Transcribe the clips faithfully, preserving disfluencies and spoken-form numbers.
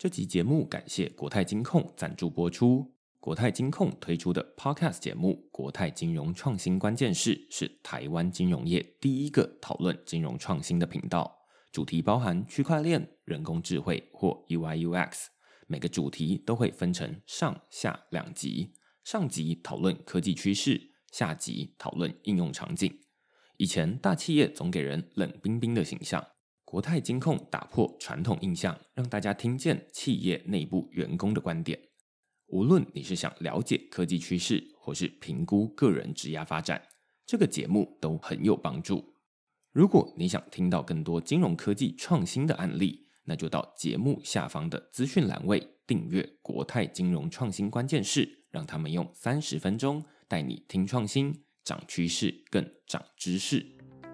这集节目感谢国泰金控赞助播出。国泰金控推出的 Podcast 节目《国泰金融创新关键势》是台湾金融业第一个讨论金融创新的频道，主题包含区块链、人工智慧或 U I U X， 每个主题都会分成上下两集，上集讨论科技趋势，下集讨论应用场景。以前大企业总给人冷冰冰的形象，国泰金控打破传统印象，让大家听见企业内部员工的观点。无论你是想了解科技趋势，或是评估个人职业发展，这个节目都很有帮助。如果你想听到更多金融科技创新的案例，那就到节目下方的资讯栏位订阅国泰金融创新关键势，让他们用三十分钟带你听创新、长趋势、更长知识。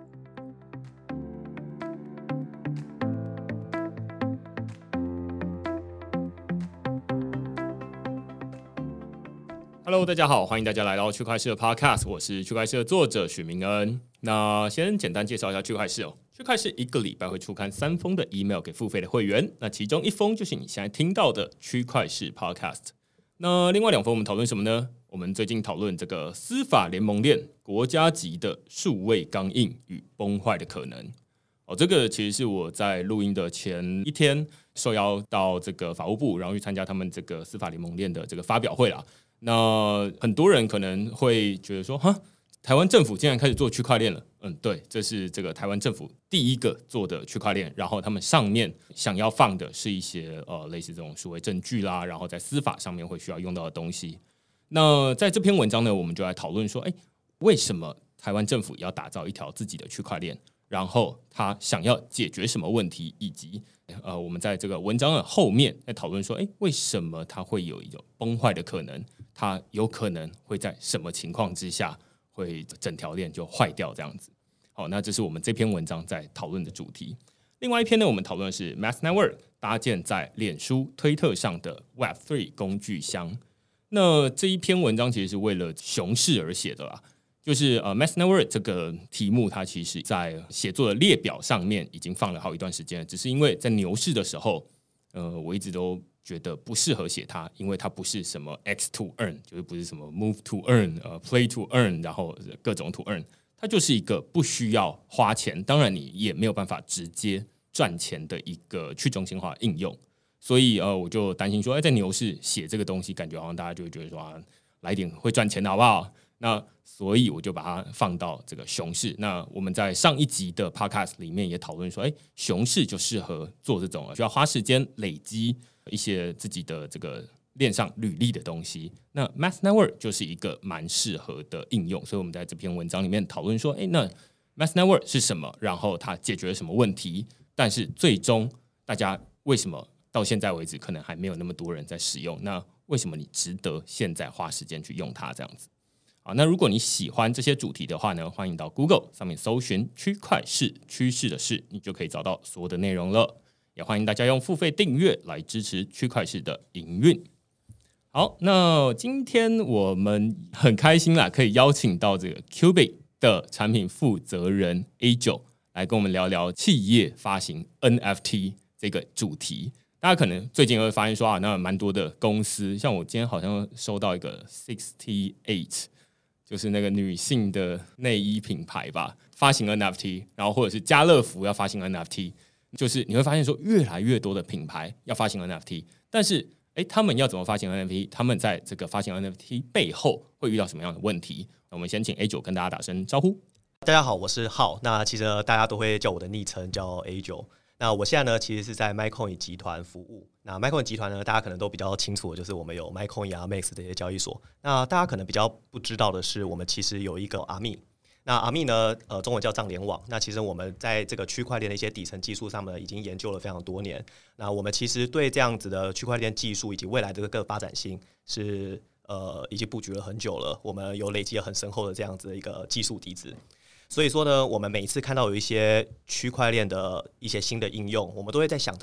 Hello， 大家好，欢迎大家来到区块市的 Podcast， 我是区块市的作者许明恩。那先简单介绍一下区块市哦。区块市一个礼拜会出刊三封的 email 给付费的会员，那其中一封就是你现在听到的区块市 Podcast。那另外两封我们讨论什么呢？我们最近讨论这个司法联盟链国家级的数位钢印与崩坏的可能。哦，这个其实是我在录音的前一天受邀到这个法务部，然后去参加他们这个司法联盟链的这个发表会啦。那很多人可能会觉得说，哈，台湾政府竟然开始做区块链了。嗯，对，这是这个台湾政府第一个做的区块链，然后他们上面想要放的是一些呃类似这种数位证据啦，然后在司法上面会需要用到的东西。那在这篇文章呢，我们就来讨论说，哎，为什么台湾政府要打造一条自己的区块链？然后他想要解决什么问题，以及呃，我们在这个文章的后面在讨论说，哎，为什么它会有一种崩坏的可能？它有可能会在什么情况之下会整条链就坏掉这样子？好，那这是我们这篇文章在讨论的主题。另外一篇呢，我们讨论的是 Mass Network 搭建在脸书、推特上的 Web 三 工具箱。那这一篇文章其实是为了熊市而写的啦。就是呃 Mass Network 这个题目，它其实在写作的列表上面已经放了好一段时间了，只是因为在牛市的时候，呃，我一直都觉得不适合写它，因为它不是什么 X to earn， 就是不是什么 move to earn， 呃 play to earn， 然后各种 to earn， 它就是一个不需要花钱，当然你也没有办法直接赚钱的一个去中心化应用。所以呃，我就担心说，哎，在牛市写这个东西，感觉好像大家就会觉得说，啊，来点会赚钱的好不好？那所以我就把它放到这个熊市。那我们在上一集的 podcast 里面也讨论说，哎，熊市就适合做这种需要花时间累积一些自己的这个链上履历的东西。那 Mass Network 就是一个蛮适合的应用，所以我们在这篇文章里面讨论说，哎，那 Mass Network 是什么？然后它解决了什么问题？但是最终大家为什么到现在为止可能还没有那么多人在使用？那为什么你值得现在花时间去用它？这样子。好，那如果你喜欢这些主题的话呢，欢迎到 Google 上面搜寻区块市趋势的事，你就可以找到所有的内容了。也欢迎大家用付费订阅来支持区块市的营运。好，那今天我们很开心啦，可以邀请到这个 Cubic 的产品负责人 A 九 来跟我们聊聊企业发行 N F T 这个主题。大家可能最近会发现说啊，那蛮多的公司，像我今天好像收到一个六十八。就是那个女性的内衣品牌吧，发行 N F T， 然后或者是家乐福要发行 N F T， 就是你会发现说越来越多的品牌要发行 N F T， 但是诶他们要怎么发行 N F T？ 他们在这个发行 N F T 背后会遇到什么样的问题？我们先请 A 九 跟大家打声招呼。 大家好，我是浩。那其实大家都会叫我的昵称叫 A 九。那我现在呢，其实是在 MyCoin 集团服务。那 MyCoin 集团呢，大家可能都比较清楚的就是我们有 MyCoin 啊、Max 这些交易所。那大家可能比较不知道的是，我们其实有一个 A M I。那 A M I 呢，呃，中文叫账联网。那其实我们在这个区块链的一些底层技术上面已经研究了非常多年。那我们其实对这样子的区块链技术以及未来的这个发展性是呃已经布局了很久了。我们有累积了很深厚的这样子的一个技术底子。所以说呢，我们每一次看到有一些区块链的一些新的应用，我们都会在想着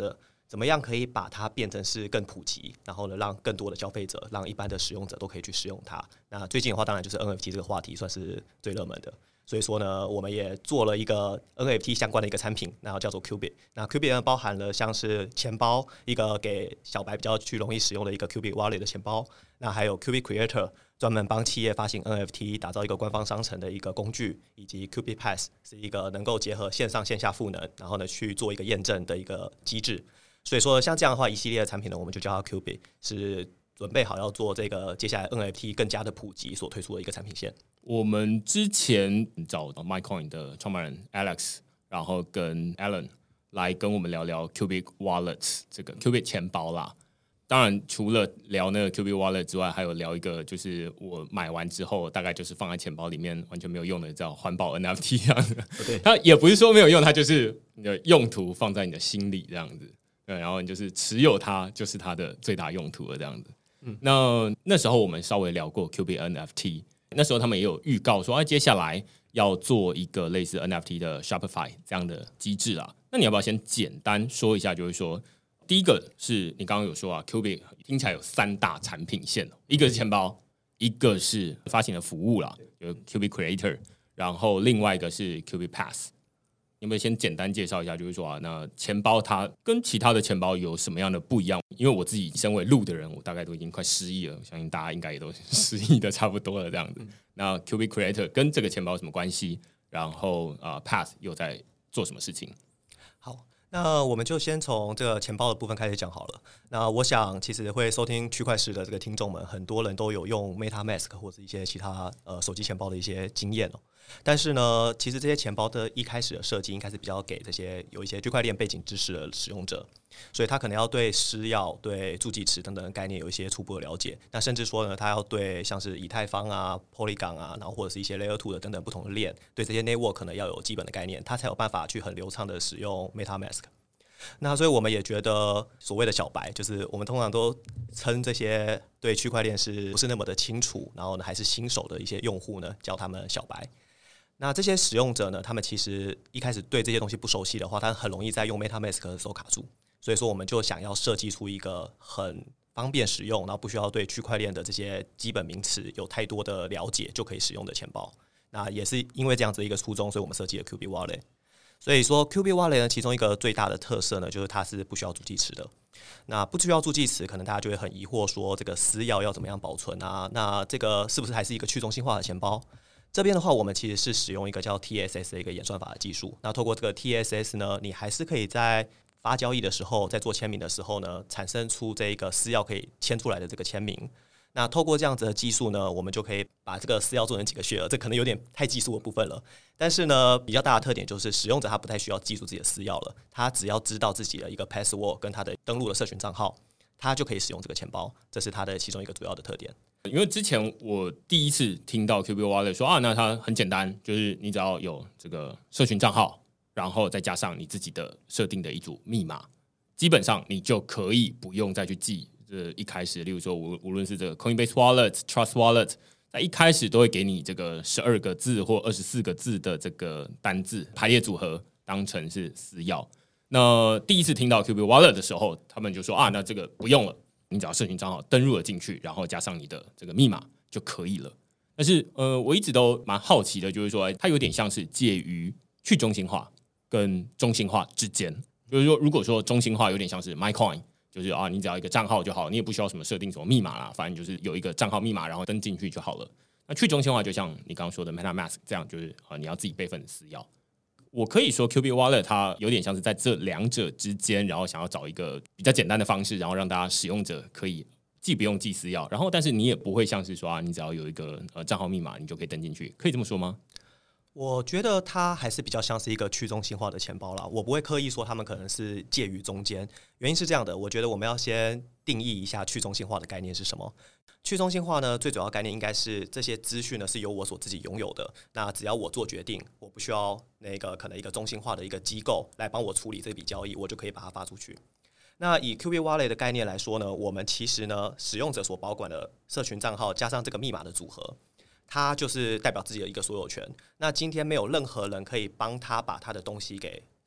怎么样可以把它变成是更普及，然后呢，让更多的消费者，让一般的使用者都可以去使用它。那最近的话，当然就是 N F T 这个话题算是最热门的。所以说呢，我们也做了一个 N F T 相关的一个产品，那叫做 Qubit。那 Qubit 呢，包含了像是钱包，一个给小白比较去容易使用的一个 Qubit Wallet 的钱包。那还有 Qubit Creator， 专门帮企业发行 N F T， 打造一个官方商城的一个工具，以及 Qubit Pass 是一个能够结合线上线下赋能，然后呢去做一个验证的一个机制。所以说，像这样的话，一系列的产品呢，我们就叫它 Qubit， 是准备好要做这个接下来 N F T 更加的普及所推出的一个产品线。 我们之前找 MyCoin 的创办人 Alex， 然后跟 Alan 来跟我们聊聊 Qubit Wallet 这个 Qubit 钱包啦。当然，除了聊那个 Qubit Wallet 之外，还有聊一个就是我买完之后，大概就是放在钱包里面完全没有用的，叫环保 N F T 这样子。 对， 它也不是说没有用，它就是你的用途放在你的心里这样子。对，然后你就是持有它，就是它的最大用途了这样子。嗯，那那时候我们稍微聊过 Qubit N F T。那时候他们也有预告说，啊，接下来要做一个类似 N F T 的 Shopify 这样的机制啦。那你要不要先简单说一下？就是说，第一个是你刚刚有说啊 ，Qubit 听起来有三大产品线，一个是钱包，一个是发行的服务啦，有 Qubit Creator， 然后另外一个是 Qubit Pass。有没有先简单介绍一下，就是说啊，那钱包它跟其他的钱包有什么样的不一样？因为我自己身为路的人，我大概都已经快失忆了，相信大家应该也都失忆的差不多了这样子。嗯、那 Qubit Creator 跟这个钱包有什么关系？然后呃 Pass 又在做什么事情？ 好，那我们就先从这个钱包的部分开始讲好了。那我想，其实会收听区块市的这个听众们，很多人都有用 MetaMask 或者一些其他呃手机钱包的一些经验哦。但是呢，其实这些钱包的一开始的设计应该是比较给这些有一些区块链背景知识的使用者，所以他可能要对私钥、对助记词等等的概念有一些初步的了解。那甚至说呢，他要对像是以太坊啊、Polygon 啊，然后或者是一些 Layer 二的等等不同的链，对这些 network 可能要有基本的概念，他才有办法去很流畅的使用 MetaMask。那所以我们也觉得所谓的小白，就是我们通常都称这些对区块链是不是那么的清楚，然后呢还是新手的一些用户呢，叫他们小白。那这些使用者呢，他们其实一开始对这些东西不熟悉的话，他很容易在用 MetaMask 的时候卡住。所以说，我们就想要设计出一个很方便使用，然后不需要对区块链的这些基本名词有太多的了解就可以使用的钱包。那也是因为这样子的一个初衷，所以我们设计了 Qubit Wallet。所以说 Qubit Wallet 呢，其中一个最大的特色呢，就是它是不需要助记词的。那不需要助记词，可能大家就会很疑惑说，这个私钥要怎么样保存啊？那这个是不是还是一个去中心化的钱包？这边的话，我们其实是使用一个叫 T S S 的一个演算法的技术。那透过这个 T S S 呢，你还是可以在发交易的时候，在做签名的时候呢，产生出这个私钥可以签出来的这个签名。那透过这样子的技术呢，我们就可以把这个私钥做成几个 share， 这可能有点太技术的部分了。但是呢，比较大的特点就是使用者他不太需要记住自己的私钥了，他只要知道自己的一个 password 跟他的登录的社群账号，他就可以使用这个钱包。这是它的其中一个主要的特点。 因为之前我第一次听到 Qubit Wallet 说啊，那它很简单，就是你只要有这个社群账号，然后再加上你自己的设定的一组密码，基本上你就可以不用再去记。这一开始，例如说无无论是这个 Coinbase Wallet、Trust Wallet， 在一开始都会给你这个十二个字或二十四个字的这个单字排列组合，当成是私钥。那第一次听到 Qubit Wallet 的时候，他们就说啊，那这个不用了。你只要社群账号登入了进去，然后加上你的这个密码就可以了。但是，呃，我一直都蛮好奇的，就是说，它有点像是介于去中心化跟中心化之间。就是说，如果说中心化有点像是 MyCoin， 就是啊，你只要一个账号就好，你也不需要什么设定什么密码啦，反正就是有一个账号密码，然后登进去就好了。那去中心化就像你刚刚说的 MetaMask 这样，就是啊，你要自己备份的私钥。我可以说 Qubit Wallet 它有点像是在这两者之间，然后想要找一个比较简单的方式，然后让大家使用者可以既不用记私钥，然后但是你也不会像是说啊，你只要有一个呃账号密码，你就可以登进去，可以这么说吗？ 我觉得它还是比较像是一个去中心化的钱包啦，我不会刻意说他们可能是介于中间。原因是这样的，我觉得我们要先定义一下去中心化的概念是什么。去中心化呢，最主要概念应该是这些资讯呢是由我所自己拥有的，那只要我做决定，我不需要那个可能一个中心化的一个机构来帮我处理这笔交易，我就可以把它发出去。那以 Qubit Wallet 的概念来说呢，我们其实呢使用者所保管的社群账号加上这个密码的组合，它就是代表自己的一个所有权。那今天没有任何人可以帮他把他的东西给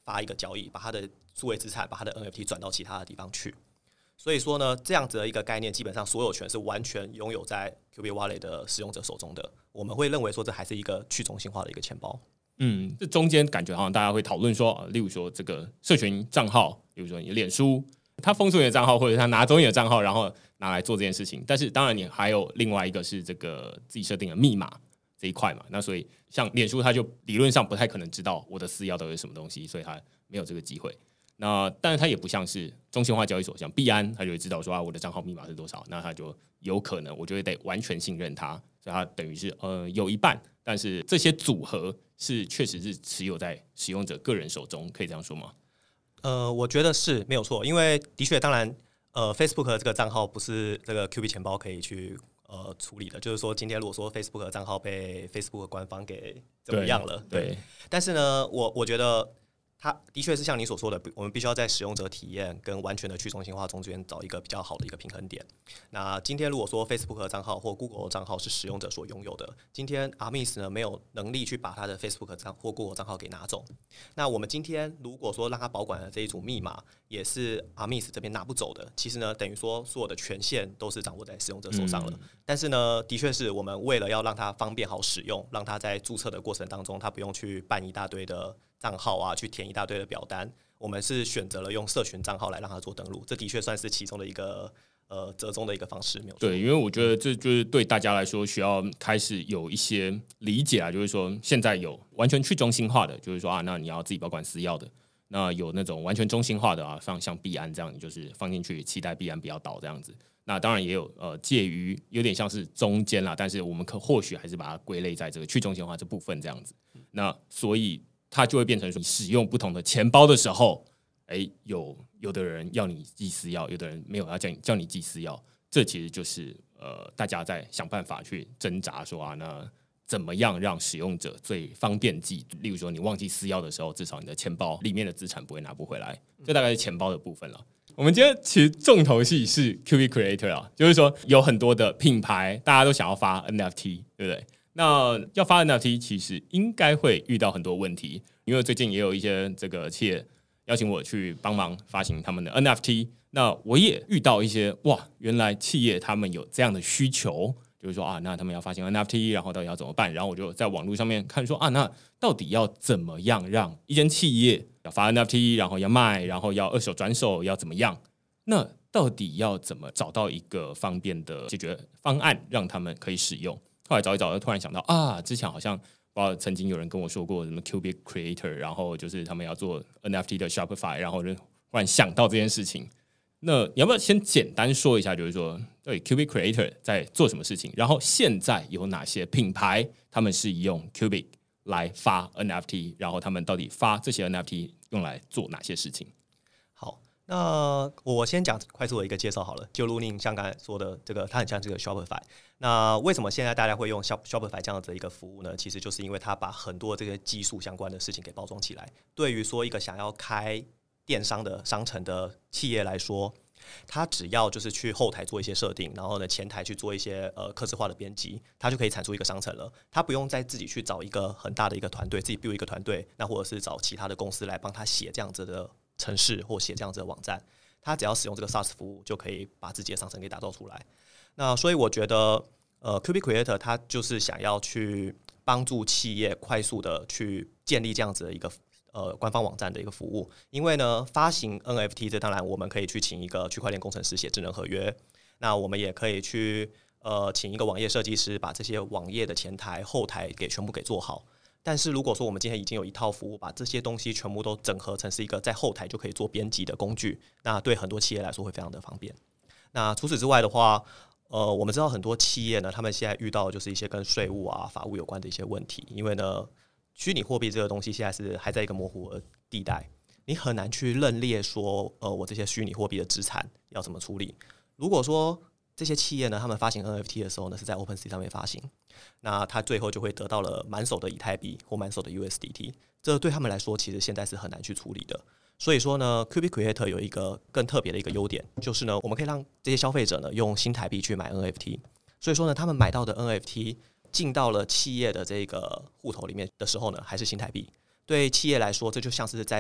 发一个交易，把他的数位资产、把他的 N F T 转到其他的地方去。所以说呢，这样子的一个概念，基本上所有权是完全拥有在 Qubit Wallet 的使用者手中的。我们会认为说，这还是一个去中心化的一个钱包。 嗯，这中间感觉好像大家会讨论说，例如说这个社群账号，例如说你脸书，他封锁你的账号，或者他拿走你的账号，然后拿来做这件事情。但是当然，你还有另外一个是这个自己设定的密码这一块嘛。那所以像脸书，他就理论上不太可能知道我的私钥到底是什么东西，所以他没有这个机会。那但是它也不像是中心化交易所，像币安，他就会知道说啊，我的账号密码是多少，那他就有可能，我就会得完全信任他，所以他等于是呃有一半，但是这些组合是确实是持有在使用者个人手中，可以这样说吗？ 呃，我觉得是没有错，因为的确，当然，呃 ，Facebook 的这个账号不是这个 Qubit 钱包可以去呃处理的，就是说，今天如果说 Facebook 的账号被 Facebook 官方给怎么样了， 对， 对，但是呢，我我觉得。它的确是像你所说的，我们必须要在使用者体验跟完全的去中心化中间找一个比较好的一个平衡点。那今天如果说 Facebook 的账号或 Google 的账号是使用者所拥有的，今天 Armis 呢没有能力去把他的 Facebook 账或 Google 账号给拿走。那我们今天如果说让他保管的这一组密码也是 Armis 这边拿不走的，其实呢等于说所有的权限都是掌握在使用者手上了。嗯、但是呢，的确是我们为了要让它方便好使用，让他在注册的过程当中，他不用去办一大堆的账号啊，去填一大堆的表单，我们是选择了用社群账号来让他做登录，这的确算是其中的一个呃折中的一个方式，没有错。 对，因为我觉得这就是对大家来说需要开始有一些理解啊，就是说现在有完全去中心化的，就是说啊，那你要自己保管私钥的，那有那种完全中心化的啊，像像币安这样，你就是放进去，期待币安不要倒这样子。那当然也有呃介于有点像是中间啦，但是我们可或许还是把它归类在这个去中心化这部分这样子。那所以它就会变成说，你使用不同的钱包的时候，哎，有有的人要你记私钥，有的人没有要叫你叫你记私钥，这其实就是呃大家在想办法去挣扎说啊，那怎么样让使用者最方便记？例如说你忘记私钥的时候，至少你的钱包里面的资产不会拿不回来，这大概是钱包的部分了。我们今天其实重头戏是 Qubit Creator 啊，就是说有很多的品牌，大家都想要发 N F T， 对不对？那要发 N F T， 其实应该会遇到很多问题，因为最近也有一些这个企业邀请我去帮忙发行他们的 N F T， 那我也遇到一些哇，原来企业他们有这样的需求，就是说啊，那他们要发行 N F T， 然后到底要怎么办？然后我就在网络上面看说啊，那到底要怎么样让一间企业要发 N F T， 然后要卖，然后要二手转手，要怎么样？那到底要怎么找到一个方便的解决方案，让他们可以使用？后来找一找，突然想到啊，之前好像不知道曾经有人跟我说过什么 Qubit Creator， 然后就是他们要做 N F T 的 Shopify， 然后就忽然想到这件事情。那你要不要先简单说一下，就是说对 Qubit Creator 在做什么事情？然后现在有哪些品牌他们是用 Qubit 来发 N F T， 然后他们到底发这些 N F T 用来做哪些事情？ 好。那我先讲快速的一个介绍好了，就如您像刚才说的，这个它很像这个 Shopify。那为什么现在大家会用 Shopify 这样子的一个服务呢？其实就是因为它把很多这些技术相关的事情给包装起来。对于说一个想要开电商的商城的企业来说，它只要就是去后台做一些设定，然后呢前台去做一些呃客制化的编辑，它就可以产出一个商城了。它不用再自己去找一个很大的一个团队，自己 build 一个团队，那或者是找其他的公司来帮他写这样子的程式或写这样子的网站，他只要使用这个 SaaS 服务，就可以把自己的商城给打造出来。那所以我觉得，呃 ，Qubit Creator 它就是想要去帮助企业快速的去建立这样子的一个呃官方网站的一个服务。因为呢，发行 N F T 这当然我们可以去请一个区块链工程师写智能合约，那我们也可以去呃请一个网页设计师把这些网页的前台、后台给全部给做好。但是如果说我们今天已经有一套服务，把这些东西全部都整合成是一个在后台就可以做编辑的工具，那对很多企业来说会非常的方便。那除此之外的话，呃，我们知道很多企业呢，他们现在遇到的就是一些跟税务啊、法务有关的一些问题，因为呢，虚拟货币这个东西现在是还在一个模糊的地带，你很难去认列说，呃，我这些虚拟货币的资产要怎么处理。如果说这些企业呢，他们发行 N F T 的时候呢，是在 OpenSea 上面发行，那他最后就会得到了满手的以太币或满手的 U S D T， 这对他们来说其实现在是很难去处理的。所以说呢 ，Qubit Creator 有一个更特别的一个优点，就是呢，我们可以让这些消费者呢用新台币去买 N F T， 所以说呢，他们买到的 N F T 进到了企业的这个户头里面的时候呢，还是新台币。对企业来说，这就像是在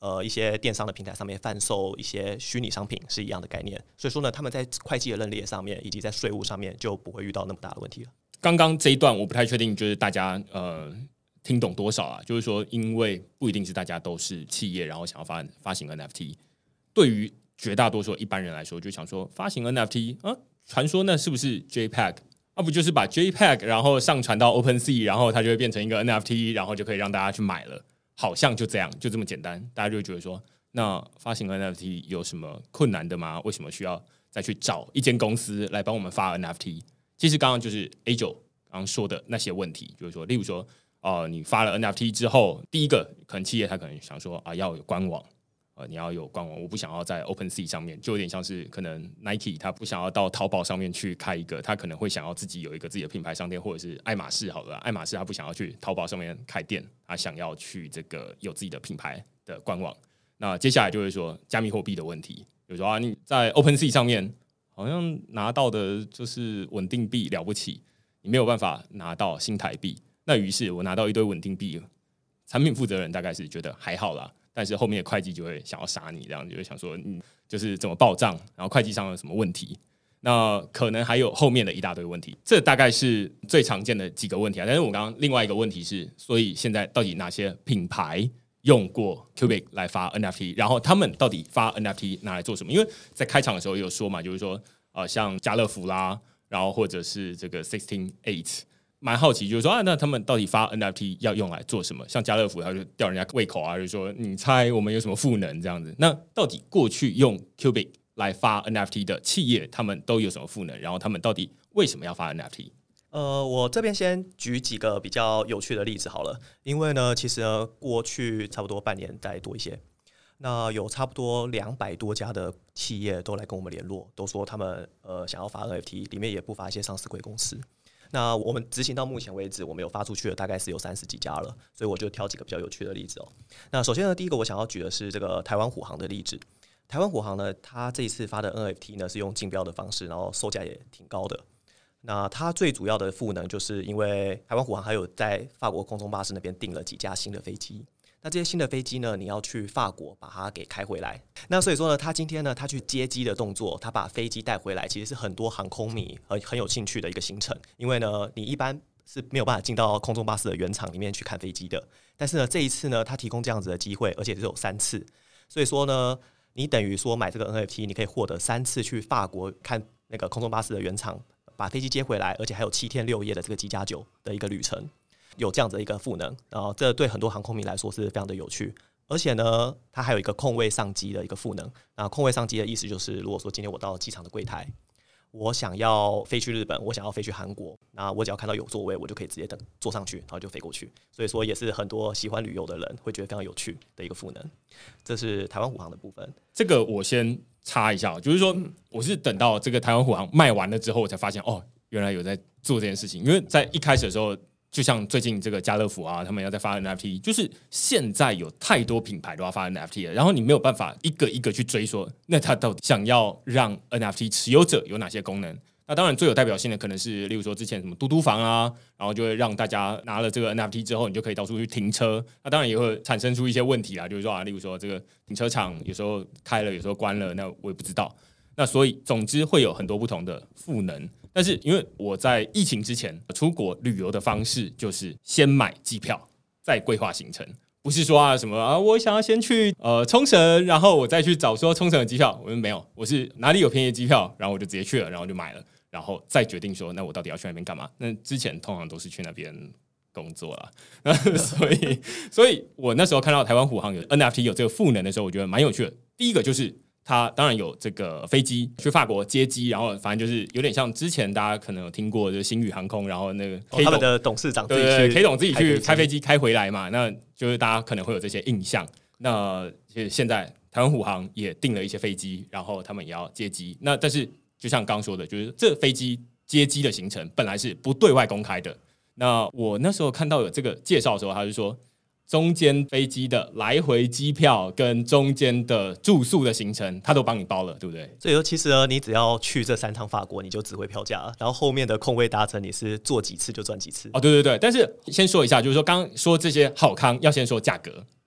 呃一些电商的平台上面贩售一些虚拟商品是一样的概念。所以说呢，他们在会计的认列上面以及在税务上面就不会遇到那么大的问题了。 刚刚这一段我不太确定，就是大家呃听懂多少啊？就是说，因为不一定是大家都是企业，然后想要发发行 N F T， 对于绝大多数一般人来说，就想说发行 N F T 啊，传说那是不是 JPEG？ 啊，不就是把 JPEG 然后上传到 OpenSea， 然后它就会变成一个 N F T， 然后就可以让大家去买了，好像就这样，就这么简单。大家就会觉得说，那发行 N F T 有什么困难的吗？为什么需要再去找一间公司来帮我们发 N F T？ 其实刚刚就是 A 九刚刚说的那些问题，就是说，例如说，呃，你发了 N F T 之后，第一个可能企业他可能想说啊，要有官网。呃，你要有官网，我不想要在 OpenSea 上面，就有点像是可能 Nike 他不想要到淘宝上面去开一个，他可能会想要自己有一个自己的品牌商店，或者是爱马仕好了，爱马仕他不想要去淘宝上面开店，他想要去这个有自己的品牌的官网。那接下来就会说加密货币的问题，比如说啊，你在 OpenSea 上面好像拿到的就是稳定币了不起，你没有办法拿到新台币，那于是我拿到一堆稳定币，产品负责人大概是觉得还好啦。但是后面的会计就会想要杀你，这样就会想说，嗯，就是怎么报账，然后会计上有什么问题，那可能还有后面的一大堆问题，这大概是最常见的几个问题啊。但是我刚刚另外一个问题是，所以现在到底哪些品牌用过 Cubic 来发 N F T， 然后他们到底发 N F T 拿来做什么？因为在开场的时候也有说嘛，就是说，呃，像家乐福啦，然后或者是这个 sixteen eight。蛮好奇，就是说啊，那他们到底发 N F T 要用来做什么？像家乐福，他就吊人家胃口啊，就说你猜我们有什么赋能这样子。那到底过去用 Cubic 来发 N F T 的企业，他们都有什么赋能？然后他们到底为什么要发 N F T？ 呃，我这边先举几个比较有趣的例子好了，因为呢，其实呢，过去差不多半年再多一些，那有差不多两百多家的企业都来跟我们联络，都说他们呃想要发 N F T， 里面也不乏一些上市贵公司。那我们执行到目前为止，我们有发出去的大概是有三十几家了，所以我就挑几个比较有趣的例子哦。那首先呢，第一个我想要举的是这个台湾虎航的例子。台湾虎航呢，它这一次发的 N F T 呢是用竞标的方式，然后售价也挺高的。那它最主要的赋能，就是因为台湾虎航还有在法国空中巴士那边订了几架新的飞机。那这些新的飞机呢，你要去法国把它给开回来。那所以说呢，他今天呢，他去接机的动作，他把飞机带回来，其实是很多航空迷很很有兴趣的一个行程。因为呢，你一般是没有办法进到空中巴士的原厂里面去看飞机的。但是呢，这一次呢，他提供这样子的机会，而且只有三次。所以说呢，你等于说买这个 N F T， 你可以获得三次去法国看那个空中巴士的原厂，把飞机接回来，而且还有七天六夜的这个机加酒的一个旅程。有这样子的一个赋能，然后这对很多航空迷来说是非常的有趣，而且呢，它还有一个空位上机的一个赋能。那空位上机的意思就是，如果说今天我到机场的柜台，我想要飞去日本，我想要飞去韩国，那我只要看到有座位，我就可以直接等坐上去，然后就飞过去。所以说，也是很多喜欢旅游的人会觉得非常有趣的一个赋能。这是台湾虎航的部分。 这个我先插一下，就是说，我是等到这个台湾虎航卖完了之后，我才发现哦，原来有在做这件事情。因为在一开始的时候，就像最近这个家乐福啊，他们要在发 N F T， 就是现在有太多品牌都要发 N F T 了，然后你没有办法一个一个去追说，那他到底想要让 N F T 持有者有哪些功能？那当然最有代表性的可能是，例如说之前什么嘟嘟房啊，然后就会让大家拿了这个 N F T 之后，你就可以到处去停车。那当然也会产生出一些问题啦，就是说啊，例如说这个停车场有时候开了，有时候关了，那我也不知道。那所以总之会有很多不同的赋能。但是因为我在疫情之前出国旅游的方式就是先买机票再规划行程，不是说啊什么啊我想要先去呃冲绳，然后我再去找说冲绳的机票，我们没有，我是哪里有便宜的机票，然后我就直接去了，然后就买了，然后再决定说那我到底要去那边干嘛。那之前通常都是去那边工作啦，那所以所以我那时候看到台湾虎航有 N F T 有这个赋能的时候，我觉得蛮有趣的。第一个就是它当然有这个飞机去法国接机，然后反正就是有点像之前大家可能有听过的星宇航空，然后那个 K 董、 哦、他们的董事长自己去对对 K 董自己去开飞机开回来嘛，那就是大家可能会有这些印象。那现在台湾虎航也订了一些飞机，然后他们也要接机。那但是就像刚刚说的，就是这飞机接机的行程本来是不对外公开的。那我那时候看到有这个介绍的时候，他就说，中间飞机的来回机票跟中间的住宿的行程，他都帮你包了，对不对？ 所以说，其实呢，你只要去这三趟法国，你就指挥票价了，然后后面的空位搭乘，你是坐几次就赚几次。 哦，对对对。但是先说一下，就是说刚刚说这些好康，要先说价格。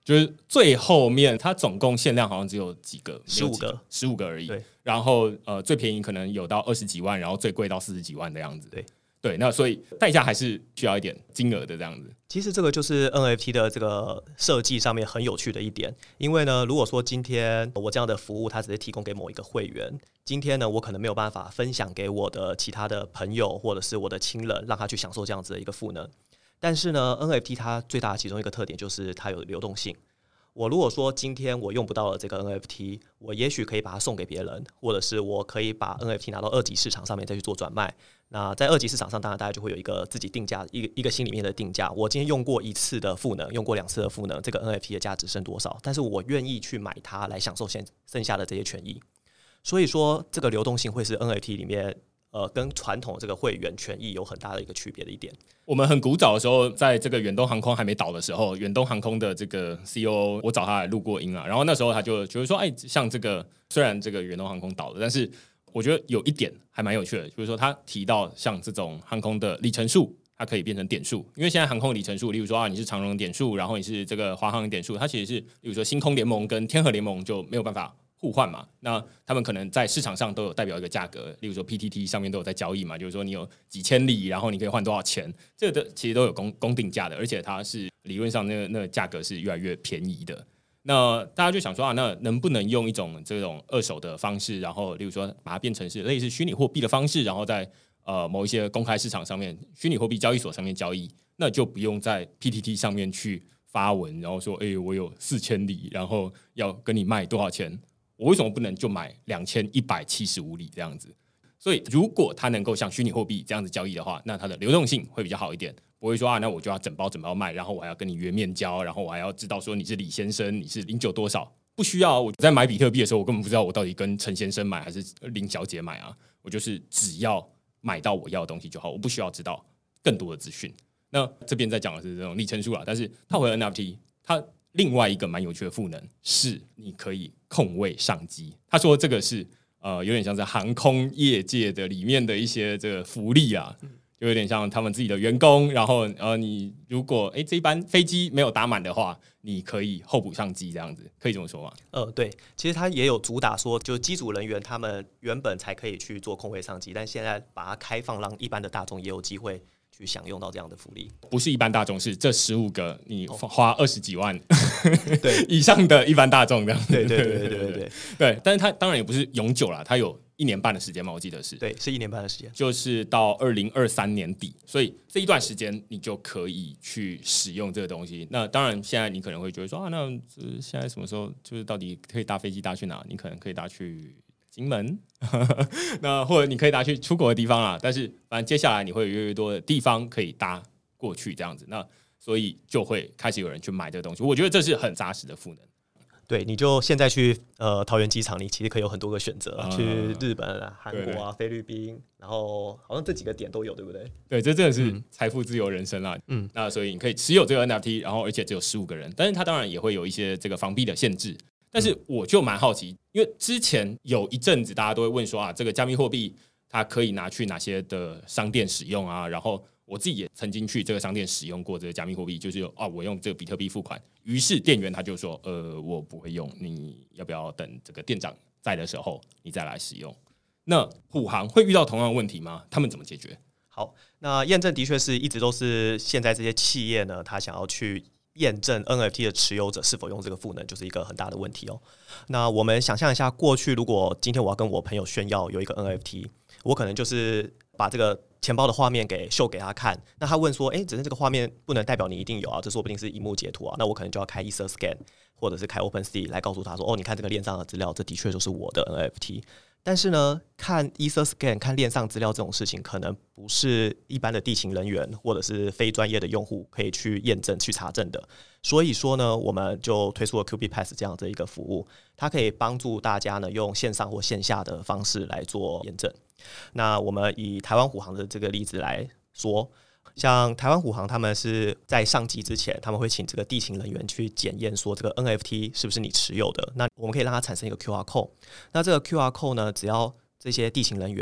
就是最后面它总共限量好像只有几个， 十五个， 十五个而已。 对， 然后呃最便宜可能有到二十几万，然后最贵到四十几万的样子。 对对，那所以代价还是需要一点金额的这样子。 其实这个就是 N F T 的这个设计上面很有趣的一点，因为呢，如果说今天我这样的服务它只是提供给某一个会员，今天呢我可能没有办法分享给我的其他的朋友或者是我的亲人，让他去享受这样子的一个赋能。但是呢 N F T 它最大的其中一个特点就是它有流动性。我如果说今天我用不到了这个 N F T， 我也许可以把它送给别人，或者是我可以把 N F T 拿到二级市场上面再去做转卖。那在二级市场上，当然大家就会有一个自己定价，一个一个心里面的定价。我今天用过一次的赋能，用过两次的赋能，这个 N F T 的价值剩多少？但是我愿意去买它来享受剩下的这些权益。所以说，这个流动性会是 N F T 里面呃跟传统这个会员权益有很大的一个区别的一点。 我们很古早的时候，在这个远东航空还没倒的时候，远东航空的这个 C O O 我找他来录过音啊，然后那时候他就觉得说，哎，像这个虽然这个远东航空倒了，但是我觉得有一点还蛮有趣的，就是说他提到像这种航空的里程数，它可以变成点数，因为现在航空里程数，例如说啊，你是长荣点数，然后你是这个华航点数，它其实是，例如说星空联盟跟天合联盟就没有办法互换嘛，那他们可能在市场上都有代表一个价格，例如说 P T T 上面都有在交易嘛，就是说你有几千里，然后你可以换多少钱，这个的其实都有公公定价的，而且它是理论上那个那个价格是越来越便宜的。那大家就想说啊，那能不能用一种这种二手的方式，然后例如说把它变成是类似虚拟货币的方式，然后在呃某一些公开市场上面，虚拟货币交易所上面交易，那就不用在 P T T 上面去发文，然后说，哎、欸，我有四千里，然后要跟你卖多少钱？我为什么不能就买两千一百七十五里这样子？所以，如果它能够像虚拟货币这样子交易的话，那它的流动性会比较好一点，不会说啊，那我就要整包整包卖，然后我还要跟你约面交，然后我还要知道说你是李先生，你是零九多少，不需要。我在买比特币的时候，我根本不知道我到底跟陈先生买还是林小姐买啊，我就是只要买到我要的东西就好，我不需要知道更多的资讯。那这边在讲的是这种里程数啦，但是套回 N F T， 它另外一个蛮有趣的赋能是你可以空位上机。他说这个是呃有点像是航空业界的里面的一些这个福利啊，就有点像他们自己的员工，然后呃你如果哎这一班飞机没有打满的话，你可以候补上机，这样子可以这么说吗？ 呃，对，其实他也有主打说，就机组人员他们原本才可以去做空位上机，但现在把它开放，让一般的大众也有机会去享用到这样的福利。 不是一般大众，是这十五个你花二十几万、哦、 对以上的一般大众这样子。 对对对对对 对, 对, 对，但是它当然也不是永久啦，它有一年半的时间嘛，我记得是。 对，是一年半的时间， 就是到二零二三年底，所以这一段时间你就可以去使用这个东西。那当然，现在你可能会觉得说啊，那现在什么时候就是到底可以搭飞机搭去哪？你可能可以搭去金门，那或者你可以搭去出国的地方啦。但是反正接下来你会有越来越多的地方可以搭过去，这样子，那所以就会开始有人去买这个东西。我觉得这是很扎实的赋能。 对，你就现在去呃桃园机场，你其实可以有很多个选择， 啊、 去日本啊、韩国啊、菲律宾，然后好像这几个点都有，对不对？ 对，这真的是财富自由人生啦。嗯，那所以你可以持有这个 N F T， 然后而且只有十五个人，但是它当然也会有一些这个防币的限制。但是我就蛮好奇，因为之前有一阵子大家都会问说啊，这个加密货币它可以拿去哪些的商店使用啊？然后我自己也曾经去这个商店使用过这个加密货币，就是啊，我用这个比特币付款，于是店员他就说，呃，我不会用，你要不要等这个店长在的时候你再来使用？那虎航会遇到同样的问题吗？他们怎么解决？ 好，那验证的确是一直都是现在这些企业呢，他想要去验证 N F T 的持有者是否用这个赋能，就是一个很大的问题哦。那我们想象一下，过去如果今天我要跟我朋友炫耀有一个 N F T， 我可能就是把这个钱包的画面给秀给他看，那他问说，哎，只是这个画面不能代表你一定有啊，这说不定是萤幕截图啊，那我可能就要开 Etherscan 或者是开 OpenSea 来告诉他说，哦，你看这个链上的资料，这的确就是我的 N F T。但是呢，看 Etherscan 看链上资料这种事情，可能不是一般的地勤人员或者是非专业的用户可以去验证、去查证的。所以说呢，我们就推出了 Q B Pass 这样的一个服务，它可以帮助大家呢用线上或线下的方式来做验证。那我们以台湾虎航的这个例子来说，像台湾虎航他们是在上机之前，他们会请这个地勤人员去检验说这个 N F T 是不是你持有的，那我们可以让它产生一个 Q R code， 那这个 Q R code 呢，只要这些地勤人员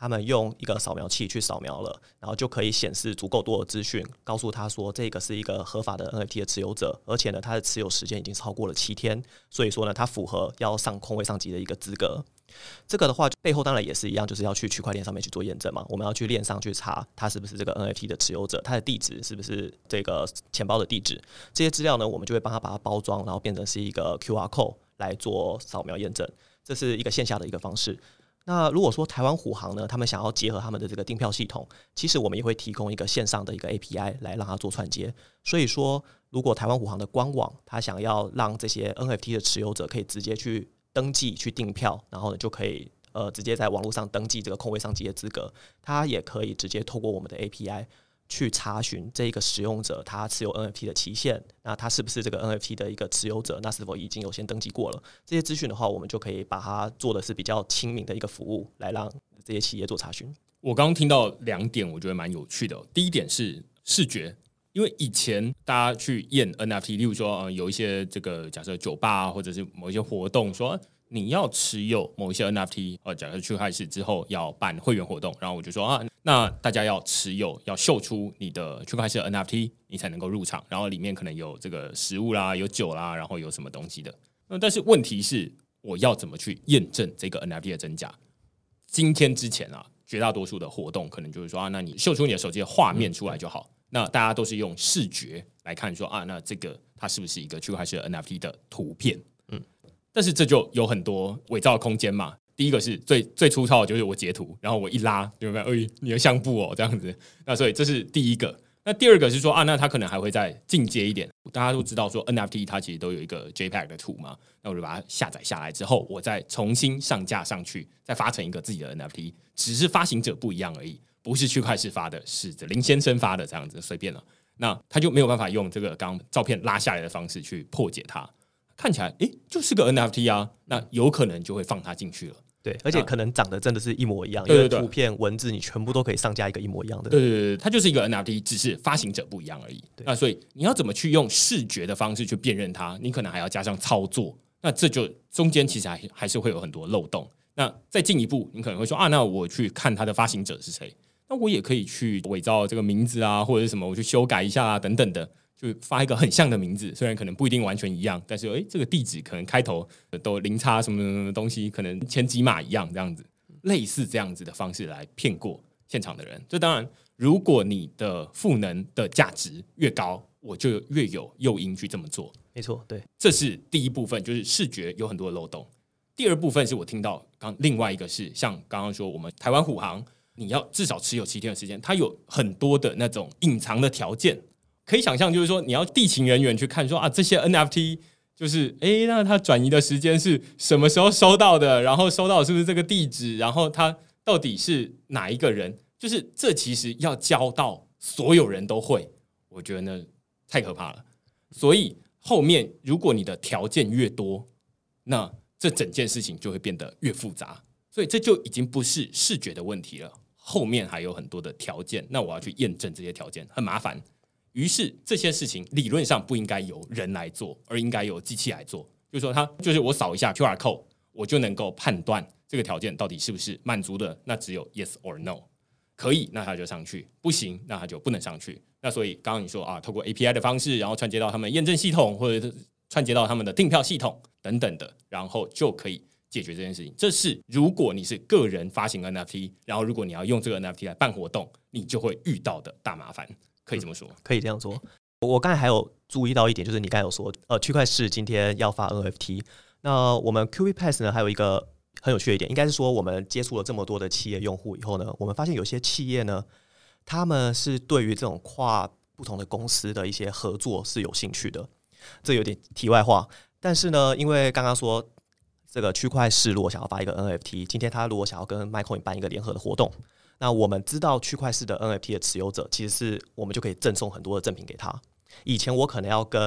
他们用一个扫描器去扫描了，然后就可以显示足够多的资讯，告诉他说这个是一个合法的 N F T 的持有者，而且呢，他的持有时间已经超过了七天，所以说呢，他符合要上空位上级的一个资格。这个的话，背后当然也是一样，就是要去区块链上面去做验证嘛。我们要去链上去查他是不是这个 N F T 的持有者，他的地址是不是这个钱包的地址，这些资料呢，我们就会帮他把它包装，然后变成是一个 Q R code 来做扫描验证，这是一个线下的一个方式。那如果说台湾虎航呢，他们想要结合他们的这个订票系统，其实我们也会提供一个线上的一个 A P I 来让它做串接。所以说，如果台湾虎航的官网，他想要让这些 N F T 的持有者可以直接去登记去订票，然后呢就可以呃直接在网络上登记这个空位上级的资格，他也可以直接透过我们的 A P I 去查询这个使用者他持有 N F T 的期限，那他是不是这个 N F T 的一个持有者，那是否已经有先登记过了，这些资讯的话，我们就可以把它做的是比较亲民的一个服务，来让这些企业做查询。 我刚刚听到两点，我觉得蛮有趣的、哦。第一点是视觉，因为以前大家去验 N F T， 例如说、呃、有一些这个假设酒吧、啊、或者是某一些活动说。你要持有某一些 N F T， 呃，假设区块市之后要办会员活动，然后我就说啊，那大家要持有，要秀出你的区块市的 N F T， 你才能够入场。然后里面可能有这个食物啦，有酒啦，然后有什么东西的。那但是问题是，我要怎么去验证这个 N F T 的真假？今天之前啊，绝大多数的活动可能就是说啊，那你秀出你的手机的画面出来就好。那大家都是用视觉来看说啊，那这个它是不是一个区块市的 N F T 的图片？但是这就有很多伪造的空间嘛。第一个是最最粗糙的，就是我截图，然后我一拉，有没有？哎，你的相簿哦，这样子。那所以这是第一个。那第二个是说啊，那它可能还会再进阶一点。大家都知道说 N F T 它其实都有一个 JPEG 的图嘛，那我就把它下载下来之后，我再重新上架上去，再发成一个自己的 N F T， 只是发行者不一样而已，不是区块市发的，是林先生发的，这样子随便了。那他就没有办法用这个刚照片拉下来的方式去破解它。看起来，诶，就是个 N F T 啊，那有可能就会放它进去了。 对，而且可能长得真的是一模一样， 对对对， 因为图片、文字你全部都可以上架一个一模一样的。 对对对，它就是一个 N F T， 只是发行者不一样而已。那所以你要怎么去用视觉的方式去辨认它？你可能还要加上操作，那这就中间其实还还是会有很多漏洞。那再进一步，你可能会说啊，那我去看它的发行者是谁？那我也可以去伪造这个名字啊，或者是什么，我去修改一下啊，等等的。就发一个很像的名字，虽然可能不一定完全一样，但是哎，这个地址可能开头都零叉什么什么东西，可能前几码一样，这样子，类似这样子的方式来骗过现场的人。这当然，如果你的赋能的价值越高，我就越有诱因去这么做。 没错，对， 这是第一部分，就是视觉有很多的漏洞。第二部分是我听到刚另外一个是像刚刚说我们台湾虎航，你要至少持有七天的时间，它有很多的那种隐藏的条件。可以想象，就是说你要地勤人员去看说啊，这些 N F T 就是哎，那它转移的时间是什么时候收到的？然后收到的是不是这个地址？然后它到底是哪一个人？就是这其实要教到所有人都会，我觉得呢太可怕了。所以后面如果你的条件越多，那这整件事情就会变得越复杂。所以这就已经不是视觉的问题了，后面还有很多的条件，那我要去验证这些条件，很麻烦。于是这些事情理论上不应该由人来做，而应该由机器来做。就是说，它就是我扫一下 Q R code， 我就能够判断这个条件到底是不是满足的。那只有 yes or no， 可以，那它就上去；不行，那它就不能上去。那所以刚刚你说啊，透过 A P I 的方式，然后串接到他们验证系统，或者串接到他们的订票系统等等的，然后就可以解决这件事情。这是如果你是个人发行 N F T， 然后如果你要用这个 N F T 来办活动，你就会遇到的大麻烦。可以这么说、嗯、 可以这样说。我刚才还有注意到一点，就是你刚才有说呃，区块市今天要发 N F T， 那我们 Q B Pass 呢还有一个很有趣的一点，应该是说我们接触了这么多的企业用户以后呢，我们发现有些企业呢，他们是对于这种跨不同的公司的一些合作是有兴趣的。这有点题外话，但是呢，因为刚刚说这个区块市如果想要发一个 N F T， 今天他如果想要跟 MyCoin 办一个联合的活动，那我们知道区块市的 N F T 的持有者，其实是我们就可以赠送很多的赠品给他。以前我可能要跟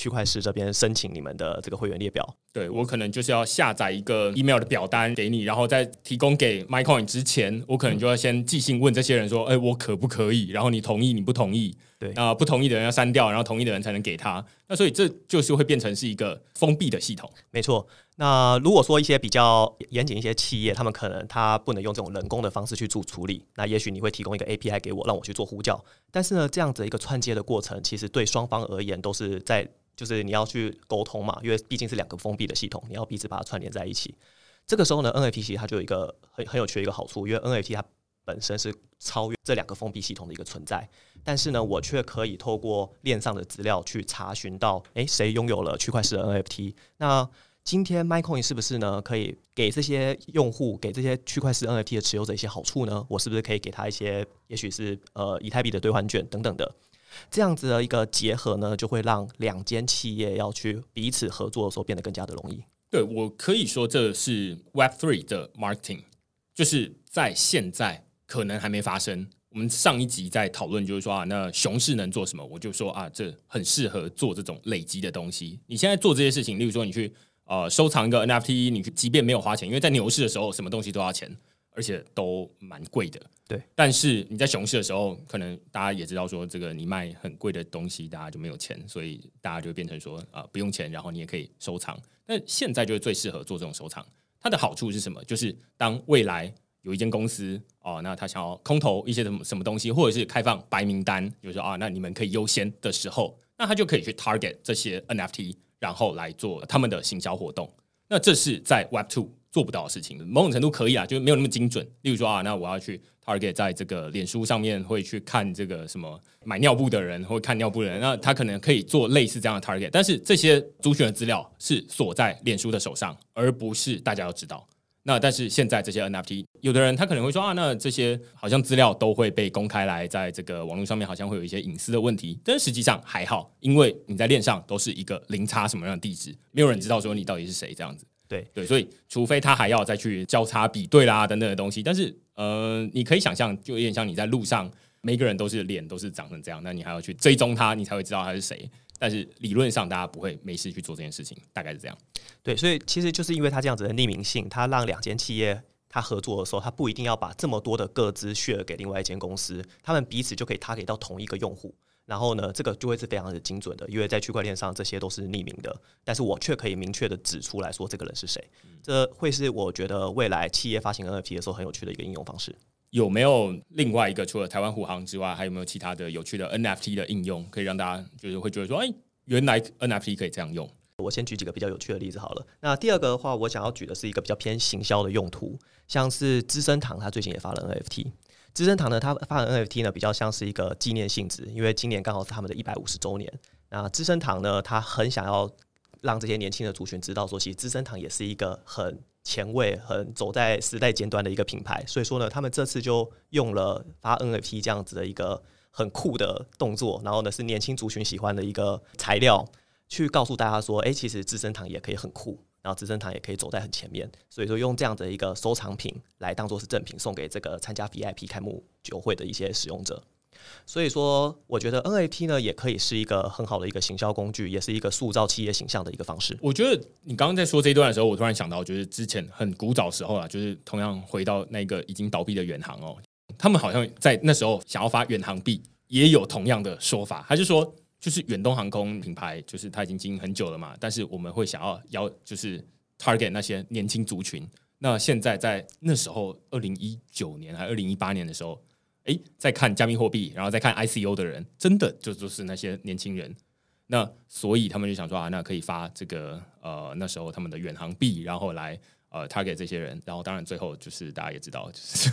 区块市这边申请你们的这个会员列表。 对，我可能就是要下载一个 email 的表单给你，然后在提供给 MyCoin 之前，我可能就要先寄信问这些人说，哎、欸，我可不可以？然后你同意，你不同意？ 对， 呃，不同意的人要删掉，然后同意的人才能给他。那所以这就是会变成是一个封闭的系统。 没错。那如果说一些比较严谨一些企业，他们可能他不能用这种人工的方式去做处理，那也许你会提供一个 A P I 给我，让我去做呼叫。但是呢，这样子一个串接的过程，其实对双方而言都是在。就是你要去沟通嘛，因为毕竟是两个封闭的系统，你要彼此把它串联在一起。这个时候呢 ，N F T 其实它就有一个很很有趣的一个好处，因为 N F T 它本身是超越这两个封闭系统的一个存在，但是呢，我却可以透过链上的资料去查询到，哎，谁拥有了区块式的 N F T？ 那今天 MyCoin 是不是呢，可以给这些用户、给这些区块式 N F T 的持有者一些好处呢？我是不是可以给他一些，也许是呃以太币的兑换券等等的？这样子的一个结合呢，就会让两间企业要去彼此合作的时候变得更加的容易。 对，我可以说这是 Web 三 的 marketing， 就是在现在可能还没发生。我们上一集在讨论就是说啊，那熊市能做什么？我就说啊，这很适合做这种累积的东西。你现在做这些事情，例如说你去呃收藏一个 N F T， 你即便没有花钱，因为在牛市的时候什么东西都要钱，而且都蛮贵的。 对， 但是你在熊市的时候，可能大家也知道说，这个你卖很贵的东西，大家就没有钱，所以大家就变成说啊、呃，不用钱，然后你也可以收藏。但现在就是最适合做这种收藏。它的好处是什么？就是当未来有一间公司哦，那他想要空投一些什么什么东西，或者是开放白名单，就是说啊，那你们可以优先的时候，那他就可以去 target 这些 N F T， 然后来做他们的行销活动。那这是在 Web 二 做不到的事情，某种程度可以啊，就是没有那么精准。例如说啊，那我要去 target 在这个脸书上面会去看这个什么买尿布的人，或看尿布的人，那他可能可以做类似这样的 target， 但是这些族群的资料是锁在脸书的手上，而不是大家要知道。那但是现在这些 N F T， 有的人他可能会说啊，那这些好像资料都会被公开来，在这个网络上面好像会有一些隐私的问题，但是实际上还好，因为你在链上都是一个零差什么样的地址，没有人知道说你到底是谁这样子。 对对，所以除非他还要再去交叉比对啦等等的东西，但是呃，你可以想象，就有点像你在路上，每个人都是脸都是长成这样，那你还要去追踪他，你才会知道他是谁。但是理论上大家不会没事去做这件事情，大概是这样。 对，所以其实就是因为他这样子的匿名性，他让两间企业他合作的时候，他不一定要把这么多的个资 share 给另外一间公司，他们彼此就可以 target 到同一个用户。然后呢，这个就会是非常的精准的，因为在区块链上这些都是匿名的，但是我却可以明确的指出来说这个人是谁。这会是我觉得未来企业发行 N F T 的时候很有趣的一个应用方式。 有没有另外一个除了台湾虎航之外，还有没有其他的有趣的 N F T 的应用，可以让大家就是会觉得说，哎，原来 N F T 可以这样用？ 我先举几个比较有趣的例子好了。那第二个的话，我想要举的是一个比较偏行销的用途，像是资生堂，它最近也发了 N F T。资生堂呢，它发的 N F T 呢比较像是一个纪念性质，因为今年刚好是他们的一百五十周年。那资生堂呢，它很想要让这些年轻的族群知道说，其实资生堂也是一个很前卫、很走在时代尖端的一个品牌。所以说呢，他们这次就用了发 N F T 这样子的一个很酷的动作，然后呢是年轻族群喜欢的一个材料，去告诉大家说，哎，其实资生堂也可以很酷。然后资生堂也可以走在很前面，所以说用这样的一个收藏品来当做是赠品送给这个参加 V I P 开幕酒会的一些使用者。所以说我觉得 N F T 呢也可以是一个很好的一个行销工具，也是一个塑造企业形象的一个方式。 我觉得你刚刚在说这一段的时候，我突然想到就是之前很古早时候啊，就是同样回到那个已经倒闭的远航哦，他们好像在那时候想要发远航币，也有同样的说法，他就说就是远东航空品牌，就是它已经经营很久了嘛，但是我们会想要要就是 target 那些年轻族群。那现在在那时候二零一九年还二零一八年的时候，哎，在看加密货币，然后再看 I C O 的人，真的就就是那些年轻人。那所以他们就想说啊，那可以发这个呃那时候他们的远航币，然后来呃 target 这些人。然后当然最后就是大家也知道，就是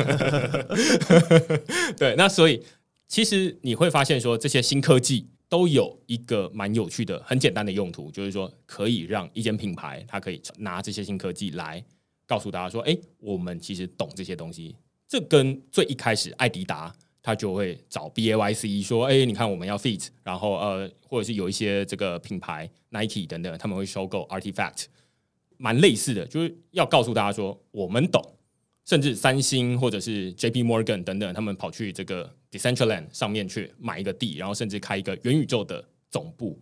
对，那所以其实你会发现说这些新科技都有一个蛮有趣的、很简单的用途，就是说可以让一间品牌它可以拿这些新科技来告诉大家说，哎，我们其实懂这些东西。这跟最一开始艾迪达他就会找 B A Y C 说，哎，你看我们要 fit， 然后呃，或者是有一些这个品牌 Nike 等等，他们会收购 Artifact， 蛮类似的，就是要告诉大家说我们懂。甚至三星或者是 J P Morgan 等等，他们跑去这个 Decentraland 上面去买一个地，然后甚至开一个元宇宙的总部，